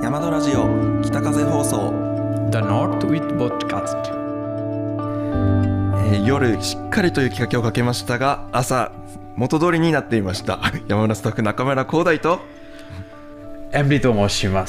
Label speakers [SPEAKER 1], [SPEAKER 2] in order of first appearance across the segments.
[SPEAKER 1] 山田ラジオ北風放送
[SPEAKER 2] The North with Podcast、
[SPEAKER 1] 夜しっかりと雪かきをかけましたが朝元通りになっていました山村スタッフ中村光大と
[SPEAKER 2] エンビと申します。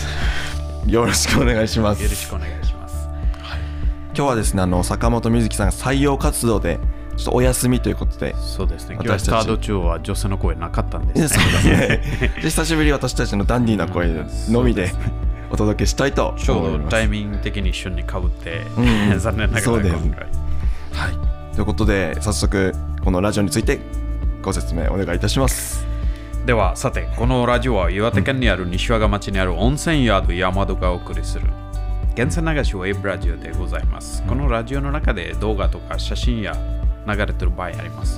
[SPEAKER 1] よろしくお願いします。
[SPEAKER 2] よろしくお願いします、
[SPEAKER 1] 今日はですね坂本瑞希さんが採用活動でちょっとお休みということで。
[SPEAKER 2] そうですね、今日スタート中は女性の声なかったんですね。
[SPEAKER 1] そうですねで久しぶり私たちのダンディーな声のみでお届けしたいと思います。
[SPEAKER 2] ちょうどタイミング的に一緒に被って、残念ながら
[SPEAKER 1] そうです
[SPEAKER 2] 今回、
[SPEAKER 1] はい、ということで早速このラジオについてご説明お願いいたします。
[SPEAKER 2] ではさて、このラジオは岩手県にある西和賀町にある温泉宿山戸がお送りする源泉流しウェブラジオでございます。このラジオの中で動画とか写真や流れてる場合あります。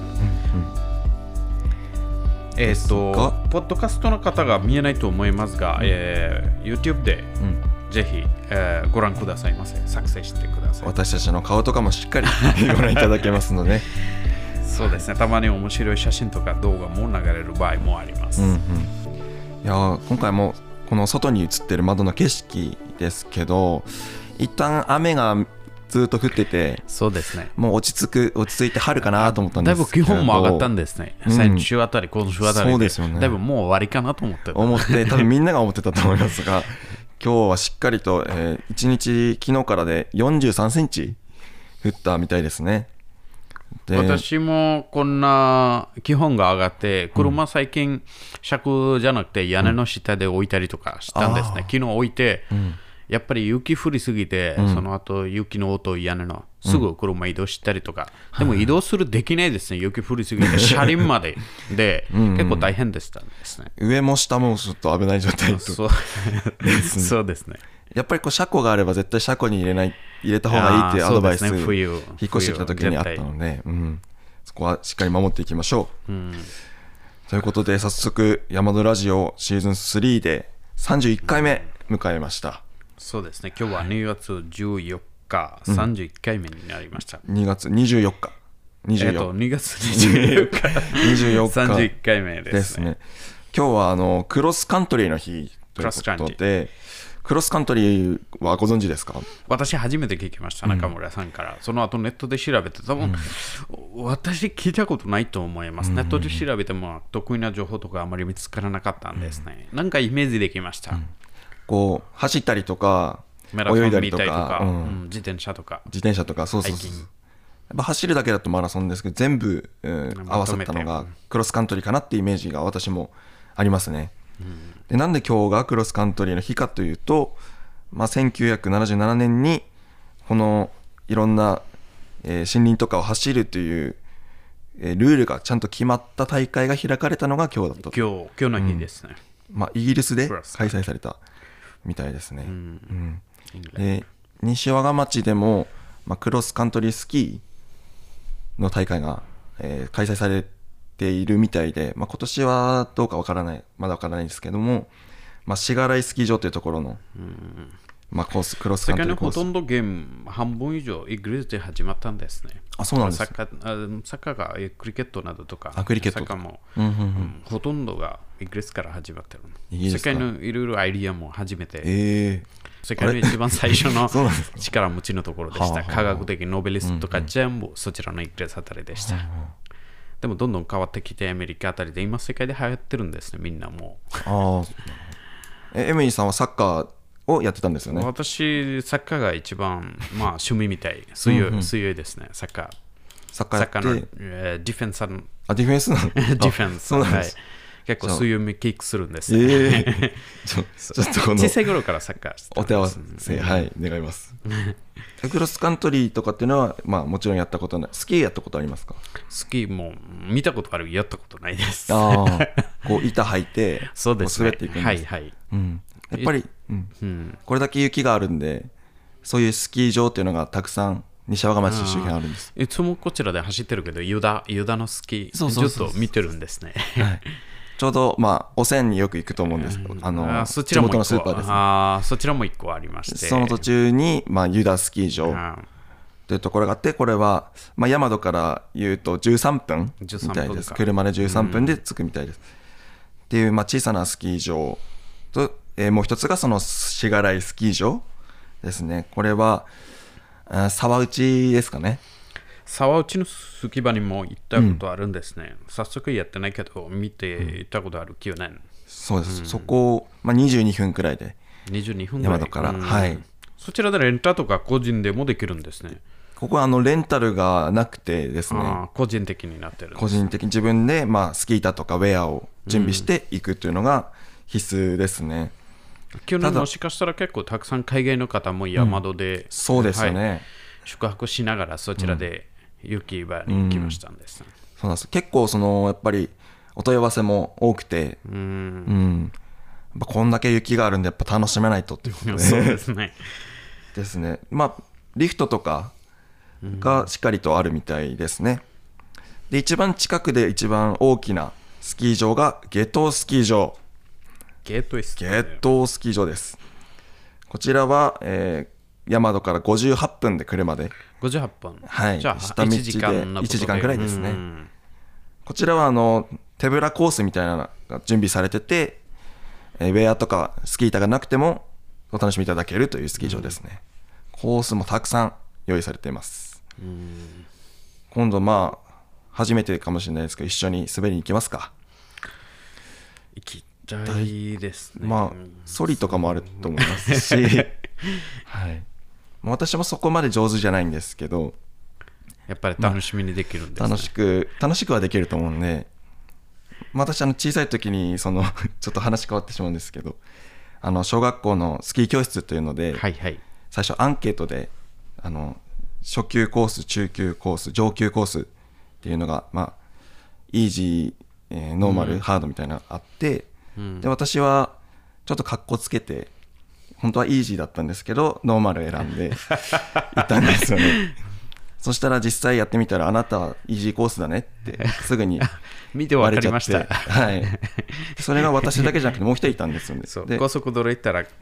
[SPEAKER 2] ポッドキャストの方が見えないと思いますが、YouTube でぜひ、ご覧くださいませ。作成してください。
[SPEAKER 1] 私たちの顔とかもしっかりご覧いただけますので
[SPEAKER 2] そうですね、たまに面白い写真とか動画も流れる場合もあります。
[SPEAKER 1] いや今回もこの外に映ってる窓の景色ですけど、一旦雨がずっと降ってて、
[SPEAKER 2] そうですね、
[SPEAKER 1] もう落ち着いて春かなと思ったんですけど、
[SPEAKER 2] だいぶ気温も上がったんですね。先週あたり今週あたりで、
[SPEAKER 1] そうですよね、
[SPEAKER 2] だいぶもう終わりかなと思って
[SPEAKER 1] 多分みんなが思ってたと思いますが今日はしっかりと、1日昨日からで43センチ降ったみたいですね。で
[SPEAKER 2] 私もこんな気温が上がって車最近車じゃなくて屋根の下で置いたりとかしたんですね。昨日置いて、やっぱり雪降りすぎて、その後雪の音屋根のすぐ車移動したりとか、でも移動するできないですね、雪降りすぎて車輪までで結構大変でしたですね。
[SPEAKER 1] 上も下もちょっと危ない状態と
[SPEAKER 2] そうですね。
[SPEAKER 1] やっぱりこう車庫があれば絶対車庫に入れた方がいいっていうアドバイス、
[SPEAKER 2] 冬
[SPEAKER 1] 引っ越してきた時にあったので、そこはしっかり守っていきましょう、ということで早速山戸ラジオシーズン3で31回目迎えました。
[SPEAKER 2] そうですね、今日は2月14日、31回目になりました。
[SPEAKER 1] 2月24日
[SPEAKER 2] 2月24日31回目
[SPEAKER 1] ですね。今日はクロスカントリーの日ということで、クロスカントリーはご存知ですか？
[SPEAKER 2] 私初めて聞きました、中村さんから。その後ネットで調べて、多分、私聞いたことないと思います。ネットで調べても得意な情報とかあまり見つからなかったんですね。なんかイメージできました。
[SPEAKER 1] こう走ったりとか泳いだりとか、
[SPEAKER 2] 自転車とか、
[SPEAKER 1] そうやっぱ走るだけだとマラソンですけど、全部、合わさったのがクロスカントリーかなっていうイメージが私もありますね。でなんで今日がクロスカントリーの日かというと、1977年にこのいろんな、森林とかを走るという、ルールがちゃんと決まった大会が開かれたのが今日だったと。
[SPEAKER 2] 今日の日ですね。
[SPEAKER 1] イギリスで開催されたみたいですね。で西和賀町でも、クロスカントリースキーの大会が、開催されているみたいで、今年はどうかまだわからないですけども、しがらいスキー場というところの、クロスカントリーコース、
[SPEAKER 2] 世界のほとんどゲーム半分以上イギリスで始まったんですね。
[SPEAKER 1] そうなんです。
[SPEAKER 2] サッカーがクリケットなどとか、
[SPEAKER 1] クリケット
[SPEAKER 2] サッカーも、ほとんどがイギリスから始まってる。世界のいろいろアイディアも初めて、世界の一番最初の力持ちのところでした。科学的ノーベリストとか全部そちらのイギリスあたりでした。でもどんどん変わってきてアメリカあたりで今世界で流行ってるんですね、みんなもう。
[SPEAKER 1] エミリーさんはサッカーをやってたんですよね。
[SPEAKER 2] 私サッカーが一番、趣味みたい。水泳ですね、サッカーやっての、ディフェンスなの。
[SPEAKER 1] ディフェンスなの
[SPEAKER 2] ディフェンス。
[SPEAKER 1] そうなんです。
[SPEAKER 2] 結構水泳キックするんです。
[SPEAKER 1] ちょっとこの
[SPEAKER 2] 小さい頃からサッカーしてたんです。
[SPEAKER 1] お手合わせ、願います。クロスカントリーとかっていうのは、もちろんやったことない。スキーやったことありますか？
[SPEAKER 2] スキーも見たことある、やったことないです。
[SPEAKER 1] こう板履いて
[SPEAKER 2] そうですね、
[SPEAKER 1] 滑っていくんです。
[SPEAKER 2] はい。
[SPEAKER 1] やっぱり、これだけ雪があるんで、そういうスキー場っていうのがたくさん西和賀町周辺あるんです。
[SPEAKER 2] いつもこちらで走ってるけど、ユダのスキーちょっと見てるんですね。
[SPEAKER 1] ちょうどお線によく行くと思うんですけど、地元のスーパーですね。
[SPEAKER 2] そちらも1個ありまして、
[SPEAKER 1] その途中に、ユダスキー場というところがあって、これは、山戸から言うと13分みたいです。車で13分で着くみたいです。っていう、小さなスキー場と、 もう一つがそのしがらいスキー場ですね。これは沢内ですかね。
[SPEAKER 2] 沢内のスキー場にも行ったことあるんですね。早速やってないけど見て行ったことある9年。
[SPEAKER 1] そうです、そこ、22分くらいで
[SPEAKER 2] 22分ぐらい
[SPEAKER 1] 山戸から、はい。
[SPEAKER 2] そちらでレンタとか個人でもできるんですね。
[SPEAKER 1] ここはレンタルがなくてですね、
[SPEAKER 2] 個人的になってるんです。
[SPEAKER 1] 個人的に自分で、スキー板とかウェアを準備していくというのが必須ですね。
[SPEAKER 2] 去年もしかしたら結構たくさん海外の方も山戸で、
[SPEAKER 1] そうですよね、
[SPEAKER 2] はい、宿泊しながらそちらで雪場に行きましたんです、
[SPEAKER 1] そうなんです。結構やっぱりお問い合わせも多くて、やっぱこんだけ雪があるんでやっぱ楽しめないとっていうことで
[SPEAKER 2] そうですね
[SPEAKER 1] ですね。リフトとかがしっかりとあるみたいですね。で、一番近くで一番大きなスキー場が夏油スキー場。
[SPEAKER 2] 夏油ス
[SPEAKER 1] キー場です。こちらは、山戸から58分で車で
[SPEAKER 2] 58分、
[SPEAKER 1] はい、
[SPEAKER 2] じゃあ
[SPEAKER 1] 下道で1時間くらいですね。こちらは手ぶらコースみたいなのが準備されてて、ウェアとかスキー板がなくてもお楽しみいただけるというスキー場ですね。コースもたくさん用意されています。今度初めてかもしれないですけど一緒に滑りに行きますか。
[SPEAKER 2] 行きたいですね。
[SPEAKER 1] ソリとかもあると思いますし、はい、私もそこまで上手じゃないんですけど、
[SPEAKER 2] やっぱり楽しみにできるんですね。
[SPEAKER 1] 楽しくはできると思うんで、私小さい時にちょっと話変わってしまうんですけど、小学校のスキー教室というので、
[SPEAKER 2] はいはい、
[SPEAKER 1] 最初アンケートで初級コース、中級コース、上級コースっていうのがイージー、ノーマル、ハードみたいなのがあって、で私はちょっとカッコつけて本当はイージーだったんですけどノーマル選んで行ったんですよね。そしたら実際やってみたら、あなたはイージーコースだねってすぐに
[SPEAKER 2] 見て分かりました。
[SPEAKER 1] はい、それが私だけじゃなくてもう一人いたんですよね。
[SPEAKER 2] そう高速道路行ったら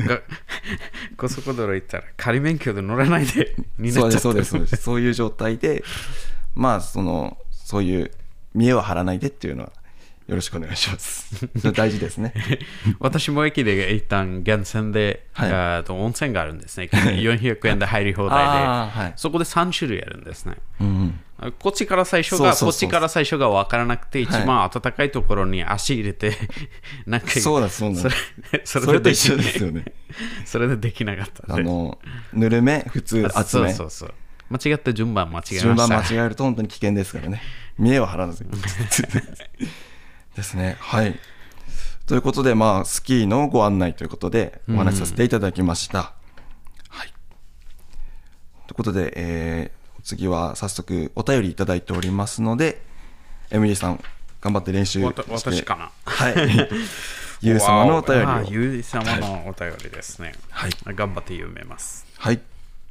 [SPEAKER 2] 仮免許で乗らないでになっちゃった。
[SPEAKER 1] そうですそういう状態でそういう見栄を張らないでっていうのはよろしくお願いします。それ大事ですね。
[SPEAKER 2] 私も駅で一旦源泉で、温泉があるんですね。400円で入り放題で、そこで3種類あるんですね。こっちから最初が分からなくて、一番暖かいところに足入れてなんか
[SPEAKER 1] そうだそれと一緒ですよね。
[SPEAKER 2] それでできなかった
[SPEAKER 1] ぬるめ、普通、厚め。
[SPEAKER 2] そう間違った順番間違えました。
[SPEAKER 1] 順番間違えると本当に危険ですからね。見栄を張らずにですね。はい。ということで、スキーのご案内ということでお話しさせていただきました。はい。ということで、次は早速お便りいただいておりますので、エミリーさん頑張って練習して。
[SPEAKER 2] 私かな。
[SPEAKER 1] はい。ゆう様のお便りを。
[SPEAKER 2] ゆう様のお便りですね。
[SPEAKER 1] はい。
[SPEAKER 2] 頑張って読めます。
[SPEAKER 1] はい。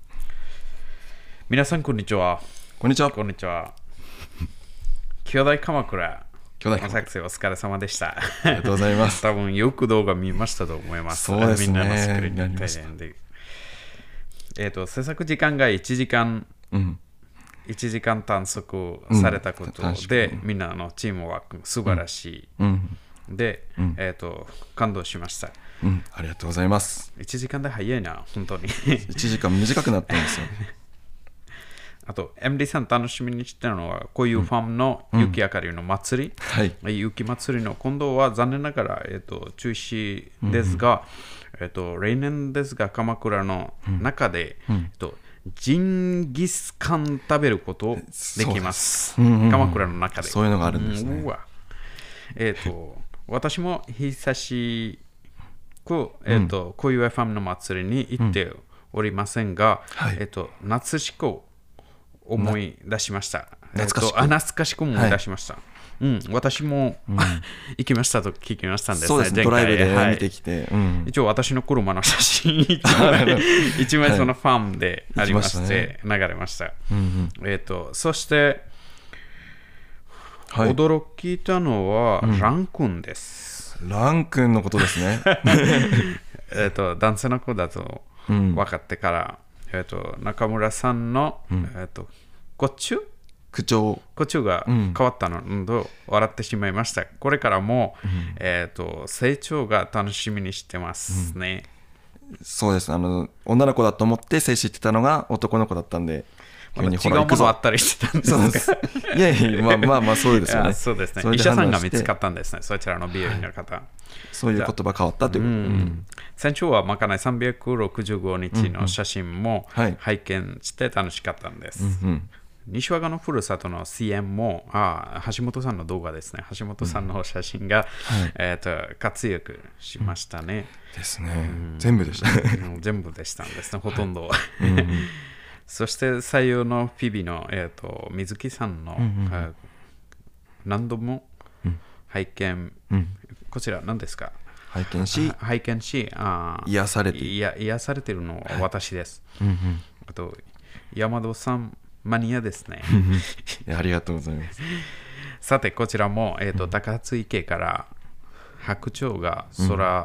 [SPEAKER 2] 皆さんこんにちは。
[SPEAKER 1] こんにちは。
[SPEAKER 2] こんにちは。兄弟鎌倉。作成お疲れ様でした。
[SPEAKER 1] ありがとうございます。
[SPEAKER 2] 多分よく動画見ましたと思います。
[SPEAKER 1] そうですね。
[SPEAKER 2] みんなのスクリーンに対して。制作時間が1時間、1時間短縮されたことで、みんなのチームワーク素晴らしい。で、感動しました。
[SPEAKER 1] ありがとうございます。
[SPEAKER 2] 1時間で早いな、本当に。
[SPEAKER 1] 1時間短くなったんですよ。
[SPEAKER 2] あと、MD さん楽しみにしてるのは、こういうファームの雪明かりの祭り、雪祭りの今度は残念ながら、中止ですが、例年ですが、鎌倉の中で、ジンギスカン食べることできます。鎌倉の中で。
[SPEAKER 1] そういうのがあるんですね。
[SPEAKER 2] 私も久しく、こういうファームの祭りに行っておりませんが、懐かしく思い出しました。懐かしく思い出しました。私も行きましたと聞きましたんですね。
[SPEAKER 1] そうですね。ドライブで見てきて。
[SPEAKER 2] 一応私の車の写真一枚そのファームでありまして流れました。そして驚いたのはラン君です。
[SPEAKER 1] ラン君のことですね。
[SPEAKER 2] 男性の子だと分かってから、中村さんの、こっち
[SPEAKER 1] 口調
[SPEAKER 2] が変わったのと笑ってしまいました。これからも、成長が楽しみにしてますね。
[SPEAKER 1] そうです。女の子だと思って接してたのが男の子だったんで、
[SPEAKER 2] ま、違うものあったりしてたんですか？
[SPEAKER 1] いやいや、まあそうですよね。
[SPEAKER 2] そうですね。医者さんが見つかったんですね、そちらの美容院の方。はい、
[SPEAKER 1] そういう言葉変わったということ。
[SPEAKER 2] 先週はまかない365日の写真も拝見して楽しかったんです。西和賀のふるさとの CM も橋本さんの動画ですね。橋本さんの写真が、活躍しましたね。
[SPEAKER 1] ですね。全部でした。
[SPEAKER 2] 全部でしたんですね、ほとんど。そして採用のフィビの、水木さんの、何度も拝見、こちら何ですか？拝見し
[SPEAKER 1] 癒されて
[SPEAKER 2] いるのは私です。あと山戸さんマニアですね。
[SPEAKER 1] ありがとうございます。
[SPEAKER 2] さてこちらも、高津池から白鳥が空、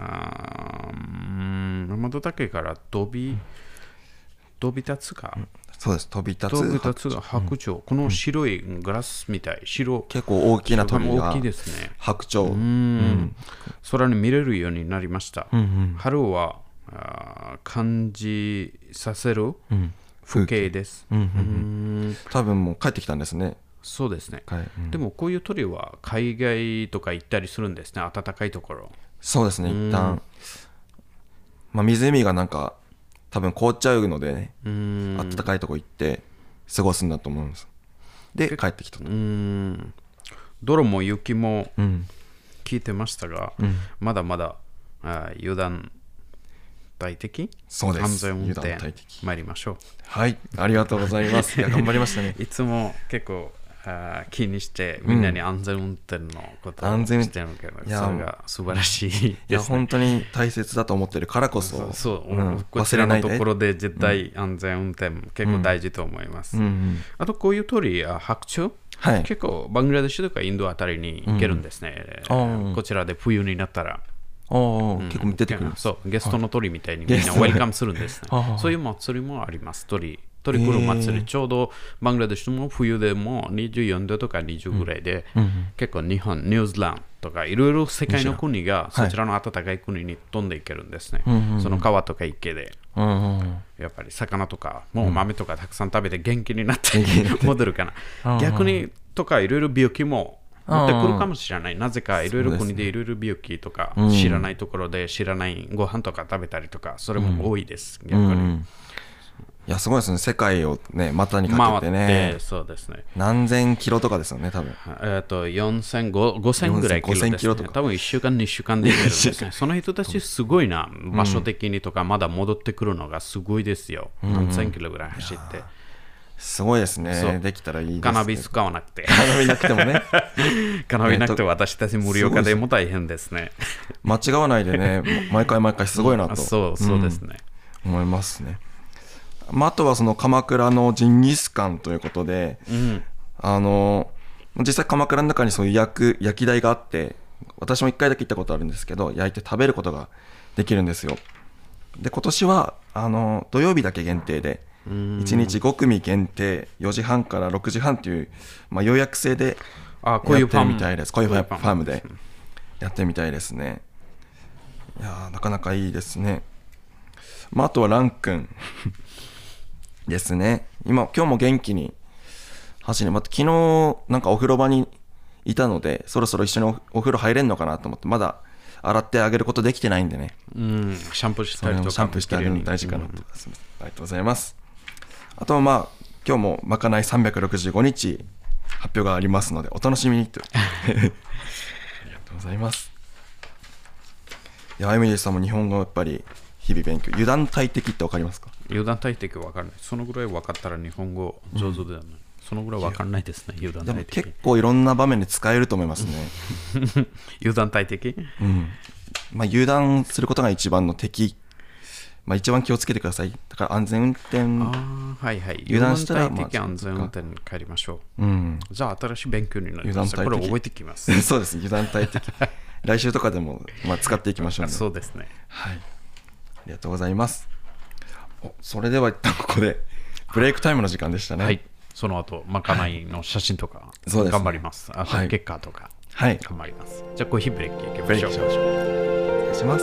[SPEAKER 2] 山戸岳から飛び立つか、
[SPEAKER 1] そうです。飛び立つ
[SPEAKER 2] 白鳥、この白いガラスみたい、結
[SPEAKER 1] 構大きな鳥が
[SPEAKER 2] 大きいですね。
[SPEAKER 1] 白鳥、
[SPEAKER 2] 空に見れるようになりました。春は感じさせる風景です。
[SPEAKER 1] 多分もう帰ってきたんですね。
[SPEAKER 2] そうですね。でもこういう鳥は海外とか行ったりするんですね、暖かいところ。
[SPEAKER 1] そうですね。一旦、湖がなんか多分凍っちゃうのでね、暖かいとこ行って過ごすんだと思うんです。で帰ってきたと。
[SPEAKER 2] 泥も雪も聞いてましたが、まだまだ油断大敵、
[SPEAKER 1] そうです。
[SPEAKER 2] 安全運転参りましょう。
[SPEAKER 1] はい、ありがとうございます。いや頑張りましたね。
[SPEAKER 2] いつも結構気にしてみんなに安全運転のことをしてるけど、それが素晴らしいですね。
[SPEAKER 1] いや本当に大切だと思ってるからこそ、
[SPEAKER 2] こちらのところで絶対安全運転結構大事と思います。あとこういう鳥、白鳥、結構バングラデシュとかインドあたりに行けるんですね。こちらで冬になったら
[SPEAKER 1] 結構出てくる。
[SPEAKER 2] そうゲストの鳥みたいにみんなウェルカムするんですね。そういう祭りもあります。鳥来る祭り、ちょうどバングラデシュも冬でも24度とか20ぐらいで、結構日本、ニュージーランドとかいろいろ世界の国がそちらの暖かい国に飛んでいけるんですね。その川とか池で、やっぱり魚とかもう豆とかたくさん食べて元気になって戻るかな。逆にとかいろいろ病気も持ってくるかもしれない。なぜかいろいろ国でいろいろ病気とか、知らないところで知らないご飯とか食べたりとか、それも多いです、逆に。
[SPEAKER 1] いやすごいですね。世界をね股にかけてね、
[SPEAKER 2] そうですね。
[SPEAKER 1] 何千キロとかですよね、多分。
[SPEAKER 2] 4000、5000ぐらいキロですね。多分1週間、2週間で行けるんですね。その人たちすごいな、場所的にとか、まだ戻ってくるのがすごいですよ。何千キロぐらい走って。
[SPEAKER 1] すごいですね。できたらいいですね。
[SPEAKER 2] カナビ使わなくて。
[SPEAKER 1] カナビなくてもね。
[SPEAKER 2] カナビなくて私たち無料化でも大変ですね。
[SPEAKER 1] 間違わないでね、毎回すごいなと。
[SPEAKER 2] そうですね。
[SPEAKER 1] 思いますね。あとはその鎌倉のジンギスカンということで、実際鎌倉の中にそういう焼き台があって、私も1回だけ行ったことあるんですけど、焼いて食べることができるんですよ。で今年は土曜日だけ限定で1日5組限定4時半から6時半という、予約制でやってるみたいです。こういうファームでやってるみたいですね。いやなかなかいいですね。あとはラン君ですね。今日も元気に走る。昨日なんかお風呂場にいたので、そろそろ一緒にお風呂入れんのかなと思って、まだ洗ってあげることできてないんでね。
[SPEAKER 2] シャンプーしたりとか。
[SPEAKER 1] シャンプーしてあげるの大事かなと。ありがとうございます。あと今日もまかない365日発表がありますのでお楽しみにと。ありがとうございます。いや、エミリーさんも日本語やっぱり日々勉強。油断大敵ってわかりますか？
[SPEAKER 2] 油断大敵は分かんない。そのぐらい分かったら日本語上手だよね。そのぐらい分かんないですね、油断大敵。
[SPEAKER 1] でも結構いろんな場面で使えると思いますね。
[SPEAKER 2] 油断大敵？
[SPEAKER 1] 油断することが一番の敵。一番気をつけてください。だから安全運転。油断したら
[SPEAKER 2] 油断大敵、安全運転に帰りましょう。じゃあ新しい勉強になります。これ覚えてきます。
[SPEAKER 1] そうです。油断大敵。来週とかでも使っていきましょうね。
[SPEAKER 2] そうですね。
[SPEAKER 1] はい。ありがとうございます。それでは一旦ここでブレイクタイムの時間でしたね。
[SPEAKER 2] その後まかないの写真とか
[SPEAKER 1] そうですね
[SPEAKER 2] 頑張ります。あと
[SPEAKER 1] はい
[SPEAKER 2] 結果とか
[SPEAKER 1] はい
[SPEAKER 2] 頑張ります。じゃあコーヒーブレーキいき
[SPEAKER 1] ブレイ
[SPEAKER 2] ましょう。
[SPEAKER 1] クしましょう。お願いします。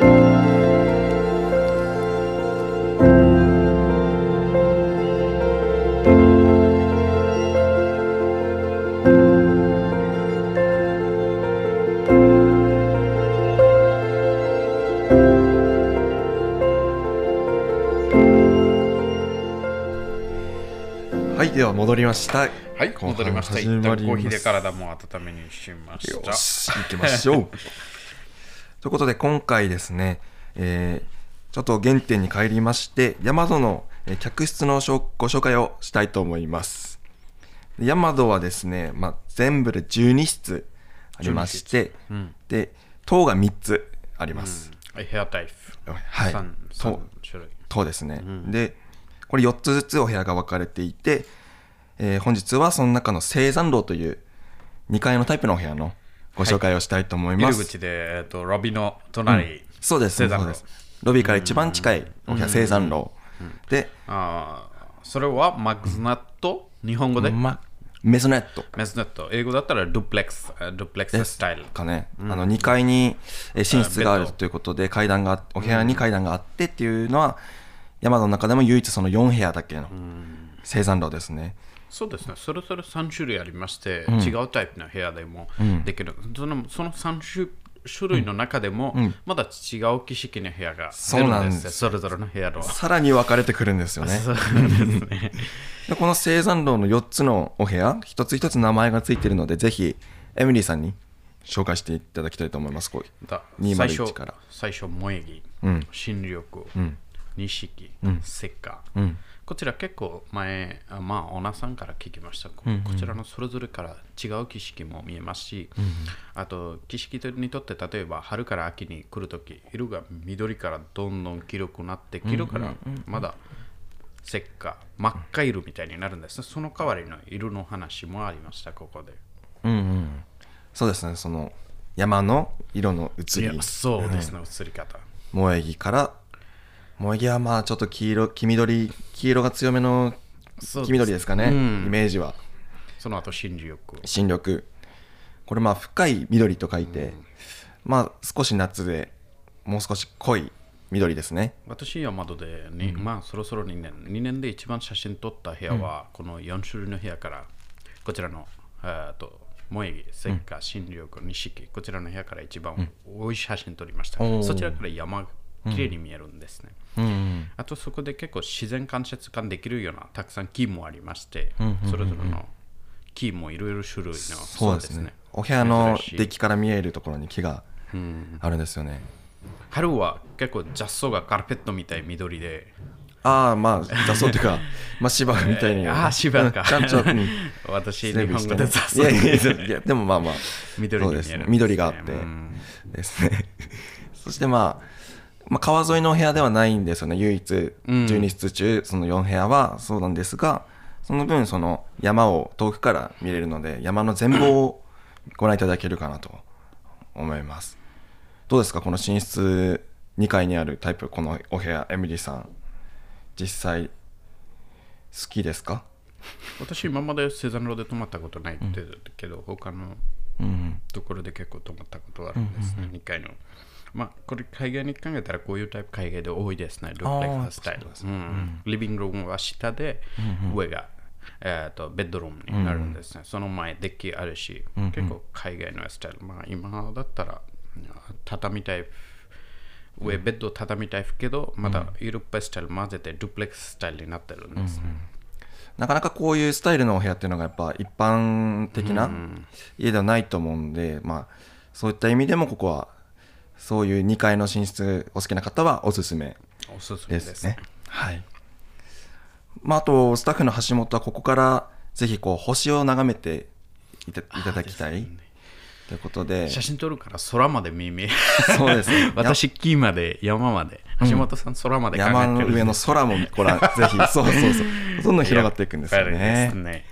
[SPEAKER 1] はい、では戻りました。
[SPEAKER 2] はい、
[SPEAKER 1] 後半
[SPEAKER 2] 戻りました。一
[SPEAKER 1] 始まります
[SPEAKER 2] 旦コーヒーで体も温めにしまし
[SPEAKER 1] よ
[SPEAKER 2] た。
[SPEAKER 1] し、行きましょう。ということで、今回ですね、ちょっと原点に帰りまして、ヤマドの客室のご紹介をしたいと思います。ヤマドはですね、全部で12室ありまして、で、棟が3つあります。
[SPEAKER 2] ヘアタイプ。
[SPEAKER 1] はい
[SPEAKER 2] 3種類。
[SPEAKER 1] 棟ですね。で、これ4つずつお部屋が分かれていて、本日はその中の青山楼という2階のタイプのお部屋のご紹介をしたいと思います。
[SPEAKER 2] 入り口で、ロビの隣、
[SPEAKER 1] そうです、
[SPEAKER 2] 青山楼
[SPEAKER 1] そうです。ロビーから一番近いお部屋、青山楼。で、
[SPEAKER 2] それはマグナット、日本語で
[SPEAKER 1] メゾネット
[SPEAKER 2] メズネット、英語だったらドゥプレックススタイル。
[SPEAKER 1] かね。2階に寝室があるということで、お部屋に階段があってっていうのは、ヤマドの中でも唯一その4部屋だけの青山楼ですね。
[SPEAKER 2] そうですね、それぞれ3種類ありまして、違うタイプの部屋でもできる。その3種類の中でも、まだ違う景色の部屋が出るんですよ、それぞれの部屋の。
[SPEAKER 1] さらに分かれてくるんですよね。
[SPEAKER 2] そうですね。
[SPEAKER 1] でこの青山楼の4つのお部屋、一つ一つ名前がついているので、ぜひエミリーさんに紹介していただきたいと思います。201から。
[SPEAKER 2] 最初、萌木、新緑、錦、石化。こちら結構前、オーナーさんから聞きました。こちらのそれぞれから違う景色も見えますし、あと景色にとって例えば春から秋に来るとき、色が緑からどんどん黄色くなって、黄色からまだ石化、真っ赤色みたいになるんですね。その代わりの色の話もありました、ここで。
[SPEAKER 1] そうですね、その山の色の移り。
[SPEAKER 2] そうですね、移り方。
[SPEAKER 1] 萌木から萌木はちょっと黄色が強めの黄緑ですかね、イメージは。
[SPEAKER 2] その後新緑。
[SPEAKER 1] これ深い緑と書いて、少し夏でもう少し濃い緑ですね。
[SPEAKER 2] 私は窓で、そろそろ2年で一番写真撮った部屋は、この4種類の部屋からこちらの萌木、石化、新緑、錦、こちらの部屋から一番多い写真撮りました。そちらから山きれいに見えるんですね。あとそこで結構自然観察感できるようなたくさん木もありまして、それぞれの木もいろいろ種類の。
[SPEAKER 1] そうですね。お部屋のデッキから見えるところに木があるんですよね。
[SPEAKER 2] 春は結構雑草がカーペットみたい緑で。
[SPEAKER 1] 雑草っていうか芝みたいに。
[SPEAKER 2] 芝か。
[SPEAKER 1] ちゃんと
[SPEAKER 2] 私日本語で雑草。
[SPEAKER 1] いやでも
[SPEAKER 2] 緑に見える。
[SPEAKER 1] 緑があってですね。そして川沿いのお部屋ではないんですよね。唯一12室中その4部屋はそうなんですが、その分その山を遠くから見れるので、山の全貌をご覧いただけるかなと思います。どうですか、この寝室2階にあるタイプ、このお部屋、エミリーさん実際好きですか？
[SPEAKER 2] 私今まで青山楼で泊まったことないけど、他のところで結構泊まったことあるんですね、2階の。これ海外に考えたらこういうタイプ海外で多いですね。ドゥプレックススタイル。リビングルームは下で、上が、ベッドルームになるんですね。その前デッキあるし、結構海外のスタイル。今だったら畳タイプ、上ベッド畳タイプけど、まだヨーロッパスタイル混ぜてドゥプレックススタイルになってるんですね。
[SPEAKER 1] なかなかこういうスタイルのお部屋っていうのがやっぱ一般的な家ではないと思うんで、そういった意味でもここはそういう2階の寝室お好きな方はおすすめですね。はい。あとスタッフの橋本はここからぜひ星を眺めていただきたいということで、
[SPEAKER 2] 写真撮るから空まで見える。
[SPEAKER 1] そうですね。
[SPEAKER 2] 私木まで山まで、橋本さん空まで考えてる。
[SPEAKER 1] 山の上の空もご覧ぜひ。そうどんどん広がっていくんですよね。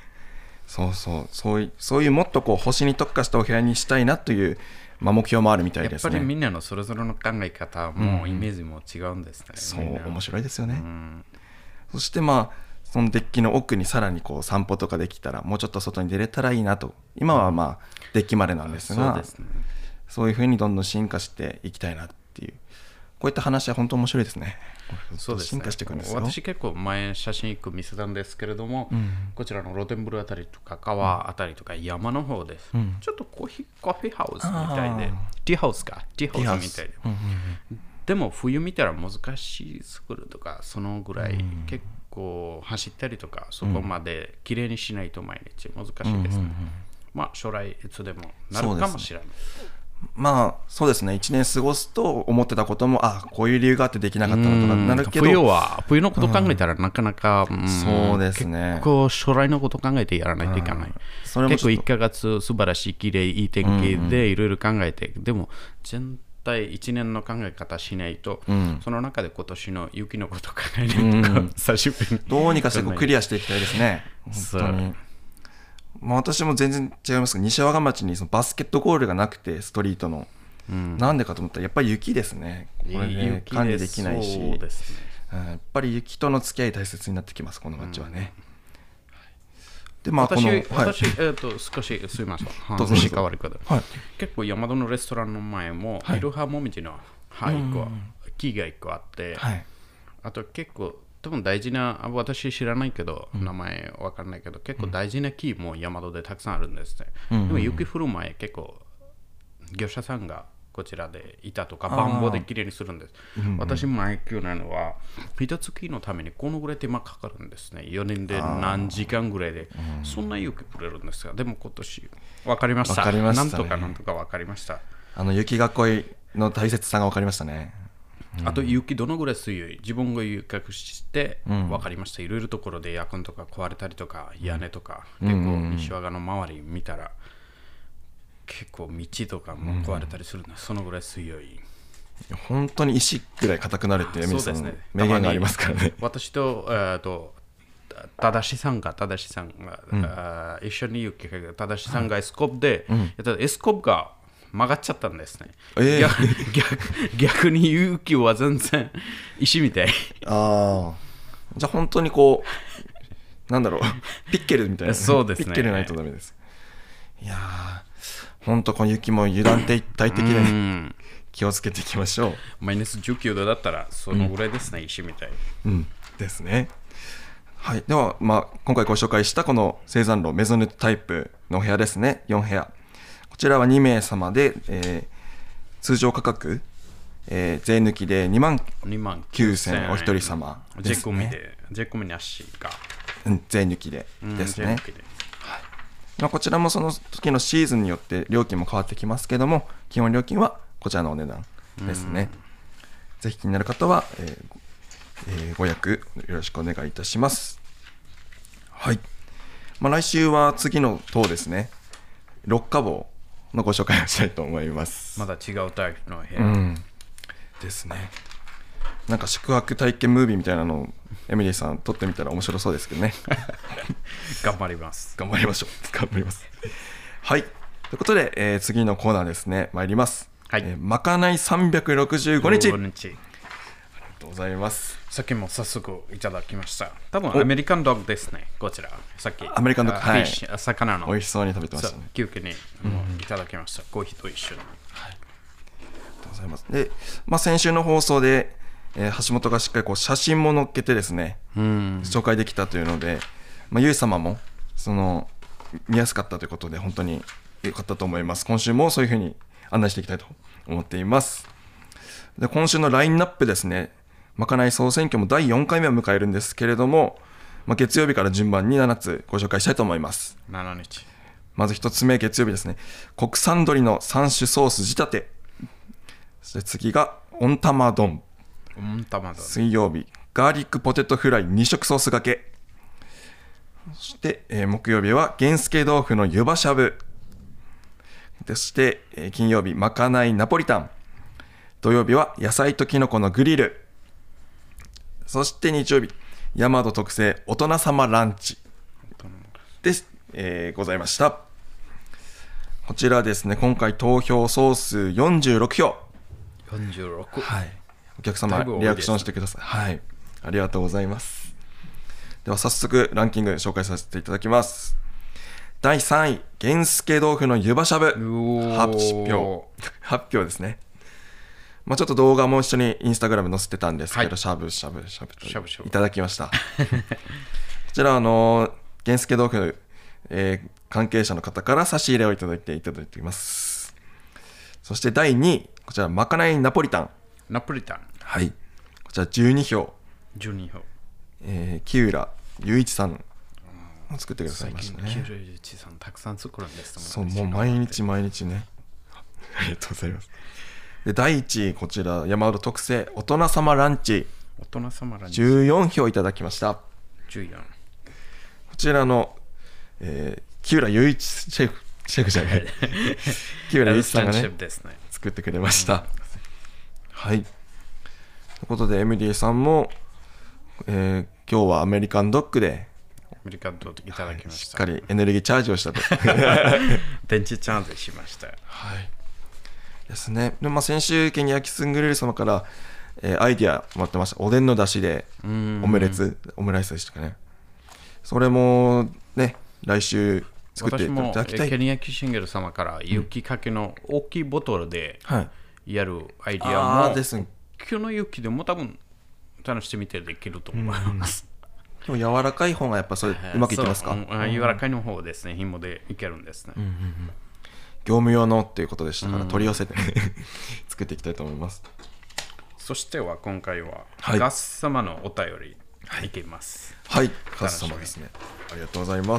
[SPEAKER 1] そういうもっと星に特化したお部屋にしたいなという目標もあるみたいですね。
[SPEAKER 2] やっぱりみんなのそれぞれの考え方もイメージも違うんですね。
[SPEAKER 1] そう面白いですよね。そしてそのデッキの奥にさらにこう散歩とかできたらもうちょっと外に出れたらいいなと。今はまあデッキまでなんですが、
[SPEAKER 2] そうですね、
[SPEAKER 1] そういう風にどんどん進化していきたいなっていう、こういった話は本当面白いですね。
[SPEAKER 2] そうですね、
[SPEAKER 1] 進化していくんですよ。
[SPEAKER 2] 私結構前写真1個見せたんですけれども、こちらのロテンブルあたりとか川あたりとか山の方です、ちょっとコーヒーハウスみたいで、ティーハウスみたいで、でも冬見たら難しい作るとかそのぐらい結構走ったりとかそこまで綺麗にしないと毎日難しいですね。まあ将来いつでもなるかもしれない。
[SPEAKER 1] まあそうですね、1年過ごすと思ってたこともこういう理由があってできなかったのとかなるけど、
[SPEAKER 2] 冬のこと考えたらなかなか、
[SPEAKER 1] そうですね、
[SPEAKER 2] 結構将来のこと考えてやらないといけない、結構1ヶ月素晴らしい綺麗いい天気でいろいろ考えて、でも全体1年の考え方しないと、その中で今年の雪のこと考えないと、久しぶりに
[SPEAKER 1] どうにかしてクリアしていきたいですね。本当にまあ、私も全然違いますが、西和賀町にそのバスケットゴールがなくて、ストリートの、なんでかと思ったらやっぱり雪ですね。これね管理できないし、
[SPEAKER 2] そうですね、
[SPEAKER 1] やっぱり雪との付き合い大切になってきます、この町はね。
[SPEAKER 2] でまあ、少しすみません、話変わるけど、結構山戸のレストランの前も、いろはもみじの木が1個あって、あと結構多分大事な、私知らないけど、名前わかんないけど、結構大事な木も山戸でたくさんあるんですね。でも雪降る前、結構業者さんがこちらで板とかバンボできれいにするんです。私前去年は一月のためにこのぐらい手間かかるんですね。4年で何時間ぐらいで、そんな雪降れるんですが、でも今年分かりました。なんとか分かりました。
[SPEAKER 1] 雪囲いの大切さが分かりましたね。
[SPEAKER 2] あと雪どのぐらい強い、自分が雪隠して分かりました。いろいろところでエアコンとか壊れたりとか屋根とか、結構西和賀の周り見たら結構道とかも壊れたりするの、そのぐらい強い。
[SPEAKER 1] 本当に石ぐらい硬くなるっていう名言がありますからね。
[SPEAKER 2] 私と正しさんが一緒に雪かけ正しさんがエスコープでエスコープが曲がっちゃったんですね。逆に雪は全然石みたい。
[SPEAKER 1] じゃあ本当にこうなんだろうピッケルみたいな、
[SPEAKER 2] そうですね、
[SPEAKER 1] ピッケルないとダメです。いや本当この雪も油断大敵で気をつけていきましょう。
[SPEAKER 2] マイナス19度だったらそのぐらいですね、石みたい。
[SPEAKER 1] ですね。はい、では、今回ご紹介したこの青山楼メゾネットタイプのお部屋ですね、4部屋。こちらは2名様で、通常価格、税抜きで29,000お一人様ですね。
[SPEAKER 2] 税込みなしか。
[SPEAKER 1] 税抜きでですね。こちらもその時のシーズンによって料金も変わってきますけども、基本料金はこちらのお値段ですね。ぜひ気になる方は、ご予約よろしくお願いいたします。はい。来週は次の棟ですね、六家房のご紹介をしたいと思います。
[SPEAKER 2] まだ違うタイプの部屋、
[SPEAKER 1] ですね。なんか宿泊体験ムービーみたいなのをエミリーさん撮ってみたら面白そうですけどね。
[SPEAKER 2] 頑張ります。
[SPEAKER 1] 頑張りましょう。頑張ります。はい。ということで、次のコーナーですね、参ります。まかない365日。ありがとうございます。
[SPEAKER 2] さっきも早速いただきました。多分アメリカンドッグですね、こちら。さっき
[SPEAKER 1] アメリカンドッグ、はい、
[SPEAKER 2] 魚の
[SPEAKER 1] 美味しそうに食べてましたね。
[SPEAKER 2] 休憩にいただきました、コーヒーと一緒に。
[SPEAKER 1] ありがとうございます。で、先週の放送で、橋本がしっかりこう写真も載っけてですね、紹介できたというので、ゆい様もその見やすかったということで本当に良かったと思います。今週もそういうふうに案内していきたいと思っています。で、今週のラインナップですね、まかない総選挙も第4回目を迎えるんですけれども、月曜日から順番に7つご紹介したいと思います。
[SPEAKER 2] 7日。
[SPEAKER 1] まず1つ目、月曜日ですね、国産鶏の3種ソース仕立て。そして次が温玉丼。水曜日、ガーリックポテトフライ2色ソースがけ。そして、木曜日は源助豆腐の湯葉しゃぶ。そして、金曜日、まかないナポリタン。土曜日は野菜ときのこのグリル。そして日曜日、大和特製大人様ランチです、ございました。こちらですね、今回投票総数46票。
[SPEAKER 2] 46、
[SPEAKER 1] はい、お客様リアクションしてください。はい、ありがとうございます。 では早速ランキング紹介させていただきます。第3位、源助豆腐の湯葉しゃぶ。発表ですね。まあ、ちょっと動画も一緒にインスタグラム載せてたんですけど、しゃぶしゃぶといただきました。こちら源助豆腐、関係者の方から差し入れをいただいています。そして第2位、こちらまかないナポリタン。はい。こちら12票。木浦雄一さんを作ってくださいましたね。
[SPEAKER 2] 木浦雄一さんたくさん作るんです
[SPEAKER 1] もんね。そう、もう毎日ね。ありがとうございます。で第1位、こちら山形特製大人様ランチ。14票いただきました。
[SPEAKER 2] 14。
[SPEAKER 1] こちらの、木浦雄一シェフじゃない木浦雄一さんがね作ってくれました。はい。ということでエミリーさんも、今日はアメリカンドッグで
[SPEAKER 2] いただきました。
[SPEAKER 1] しっかりエネルギーチャージをしたと
[SPEAKER 2] 電池チャージしました。
[SPEAKER 1] はいですね。で、先週ケニアキスングレル様から、アイディアもらってました。おでんの出汁でオムライスでしたかね。それもね、来週作っていただきたい。
[SPEAKER 2] ケニアキシンゲル様から雪かけの大きいボトルでやるアイディアも、
[SPEAKER 1] ですね、
[SPEAKER 2] 今日の雪でも多分試してみてできると思います。
[SPEAKER 1] 今日柔らかい方がやっぱそれうまくいってますか？
[SPEAKER 2] 柔らかいの方ですね。紐でいけるんですね。
[SPEAKER 1] 業務用のっていうことでしたから、取り寄せて作っていきたいと思います。
[SPEAKER 2] そしては今回はガス様のお便りいきます。
[SPEAKER 1] はい、ガス様ですね。ありがとうございます。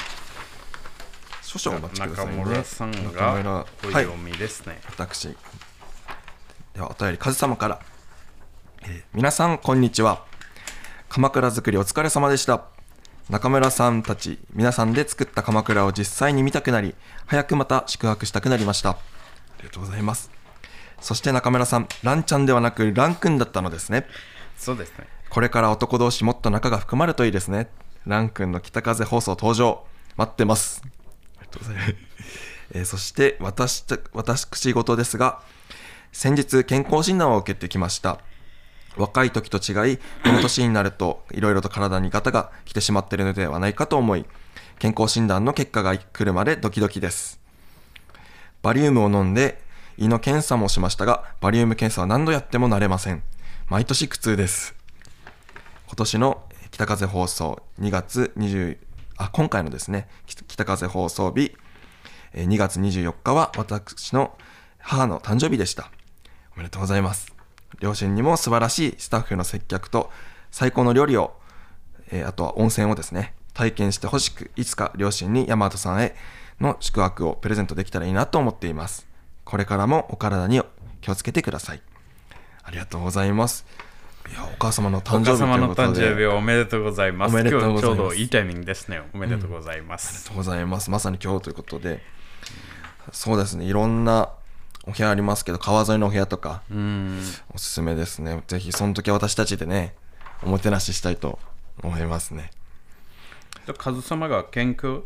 [SPEAKER 1] 少々お待ちくださいね。
[SPEAKER 2] 中村さんがお読みですね。
[SPEAKER 1] 私ではお便りカズ様から、皆さんこんにちは。鎌倉作りお疲れ様でした。中村さんたち皆さんで作った鎌倉を実際に見たくなり、早くまた宿泊したくなりました。ありがとうございます。そして中村さん、ランちゃんではなくランくんだったのですね。
[SPEAKER 2] そうですね。
[SPEAKER 1] これから男同士もっと仲が深まるといいですね。ランくんの北風放送登場待ってます。ありがとうございます。そして私事ですが、先日健康診断を受けてきました。若い時と違い、この年になるといろいろと体にガタが来てしまっているのではないかと思い、健康診断の結果が来るまでドキドキです。バリウムを飲んで胃の検査もしましたが、バリウム検査は何度やっても慣れません。毎年苦痛です。今年の北風放送今回のですね、北風放送日2月24日は私の母の誕生日でした。おめでとうございます。両親にも素晴らしいスタッフの接客と最高の料理を、あとは温泉をですね体験してほしく、いつか両親に大和さんへの宿泊をプレゼントできたらいいなと思っています。これからもお体に気をつけてください。ありがとうございます。いや、お母様の誕生日ということで、
[SPEAKER 2] お母様の誕生日おめでとうございます。
[SPEAKER 1] おめでとうございます。
[SPEAKER 2] 今日ちょうどいいタイミングですね。おめでとうございます。
[SPEAKER 1] ありがとうございます。まさに今日ということで、そうですね、いろんなお部屋ありますけど、川沿いのお部屋とかおすすめですね。ぜひその時は私たちでねおもてなししたいと思いますね。
[SPEAKER 2] カズ様が健康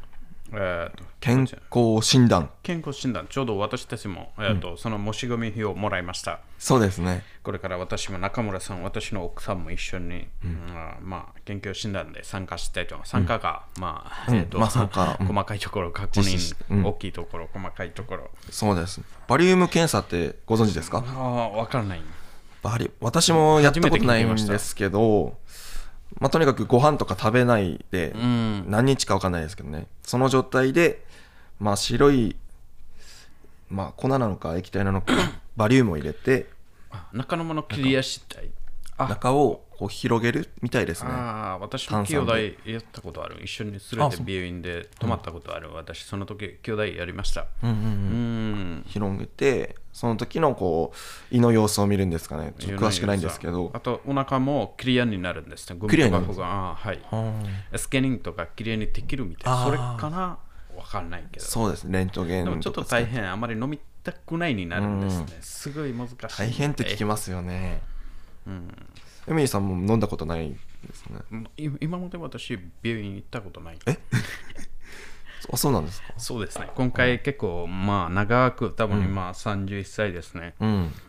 [SPEAKER 1] 診断
[SPEAKER 2] ちょうど私たちも、その申し込み費をもらいました。
[SPEAKER 1] そうですね。
[SPEAKER 2] これから私も中村さん、私の奥さんも一緒に、健康診断で参加したいと思います。参加が、細かいところ確認、大きいところ、細かいところ。
[SPEAKER 1] そうです。バリウム検査ってご存知ですか？
[SPEAKER 2] わからない。
[SPEAKER 1] 私もやったことないんですけど、とにかくご飯とか食べないで、何日か分かんないですけどね、その状態で、白い、粉なのか液体なのかバリウムを入れて、
[SPEAKER 2] 中のもの切りやしたい、
[SPEAKER 1] 中をこう広げるみたいですね。
[SPEAKER 2] 私も兄弟やったことある。一緒に連れて病院で泊まったことある。私その時兄弟やりました。
[SPEAKER 1] 広げて、その時のこう胃の様子を見るんですかね。ちょっと詳しくないんですけど、
[SPEAKER 2] あとお腹もクリアになるんですね。
[SPEAKER 1] クリアになるんです
[SPEAKER 2] か？スキャニングとかクリアにできるみたいな。それかな、わかんないけど。
[SPEAKER 1] そうですね、レントゲン
[SPEAKER 2] でもちょっと大変、あまり飲みたくないになるんですね。すごい難しい。
[SPEAKER 1] 大変って聞きますよね。エミリーさんも飲んだことないですね。
[SPEAKER 2] 今まで私病院行ったことない。
[SPEAKER 1] そうなんですか？
[SPEAKER 2] そうですね。今回結構長く、多分今31歳ですね。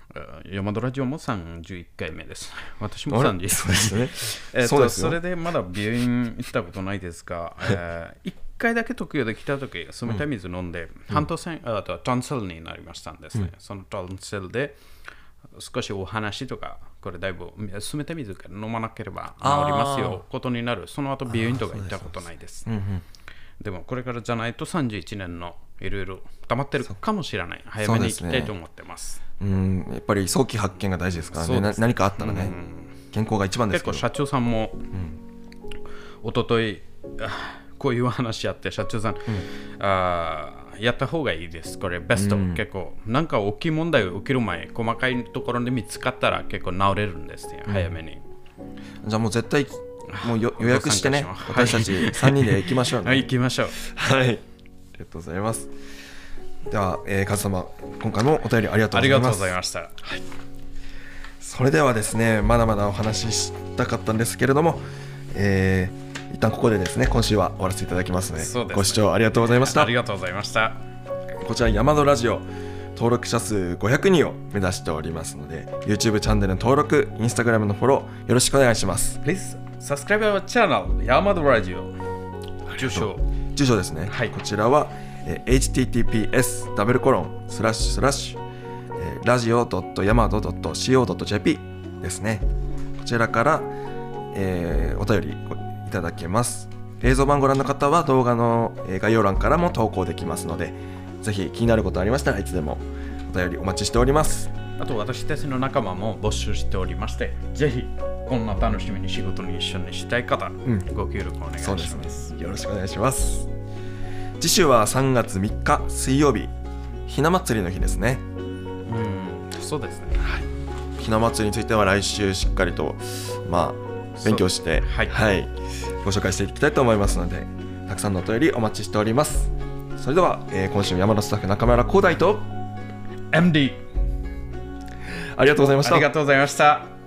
[SPEAKER 2] 山田ラジオも31回目です。私も31
[SPEAKER 1] そうですね。
[SPEAKER 2] それでまだ病院行ったことないですが、1回だけ東京で来たとき、冷たい水飲んで、半年トンセルになりましたんですね。そのトンセルで少しお話とか、これだいぶ冷たい水から飲まなければ治りますよことになる。その後病院とか行ったことないです。でもこれからじゃないと31年のいろいろ溜まってるかもしれない。早めに行きたいと思ってます。
[SPEAKER 1] やっぱり早期発見が大事ですからね。何かあったらね、健康が一番ですけど。
[SPEAKER 2] 結構社長さんも、一昨日こういう話あって、社長さん、やった方がいいです。これベスト、結構なんか大きい問題が起きる前、細かいところで見つかったら結構治れるんですね、早めに。
[SPEAKER 1] じゃあもう絶対もう予約してね、私たち3人で行きましょうね。
[SPEAKER 2] はい、行きましょう。
[SPEAKER 1] はい、ありがとうございます。では、カズ様、今回もお便りありがとうございます。
[SPEAKER 2] ありがとうございました。はい、
[SPEAKER 1] それではですね、まだまだお話ししたかったんですけれども、一旦ここでですね、今週は終わらせていただきますので、
[SPEAKER 2] そうですね、
[SPEAKER 1] ご視聴ありがとうございました。
[SPEAKER 2] ありがとうございました。
[SPEAKER 1] こちら山戸ラジオ登録者数500人を目指しておりますので、 YouTube チャンネルの登録、Instagram のフォローよろしくお願いします。
[SPEAKER 2] Please subscribe our channel 山戸ラジオ。住所
[SPEAKER 1] ですね、
[SPEAKER 2] はい、
[SPEAKER 1] こちらは、https://radio.yamado.co.jp ですね。こちらから、お便りいただけます。映像版ご覧の方は動画の概要欄からも投稿できますので、ぜひ気になることありましたらいつでもお便りお待ちしております。
[SPEAKER 2] あと私たちの仲間も募集しておりまして、ぜひこんな楽しみに仕事に一緒にしたい方、ご協力お願いします。
[SPEAKER 1] そうですね、よろしくお願いします。次週は3月3日水曜日、ひな祭りの日ですね。
[SPEAKER 2] そうですね、
[SPEAKER 1] はい、ひな祭りについては来週しっかりと勉強して、はい、ご紹介していきたいと思いますので、たくさんのお便りお待ちしております。それでは、今週も山のスタッフ中村光大と
[SPEAKER 2] MD
[SPEAKER 1] ありがとうございました。
[SPEAKER 2] ありがとうございました。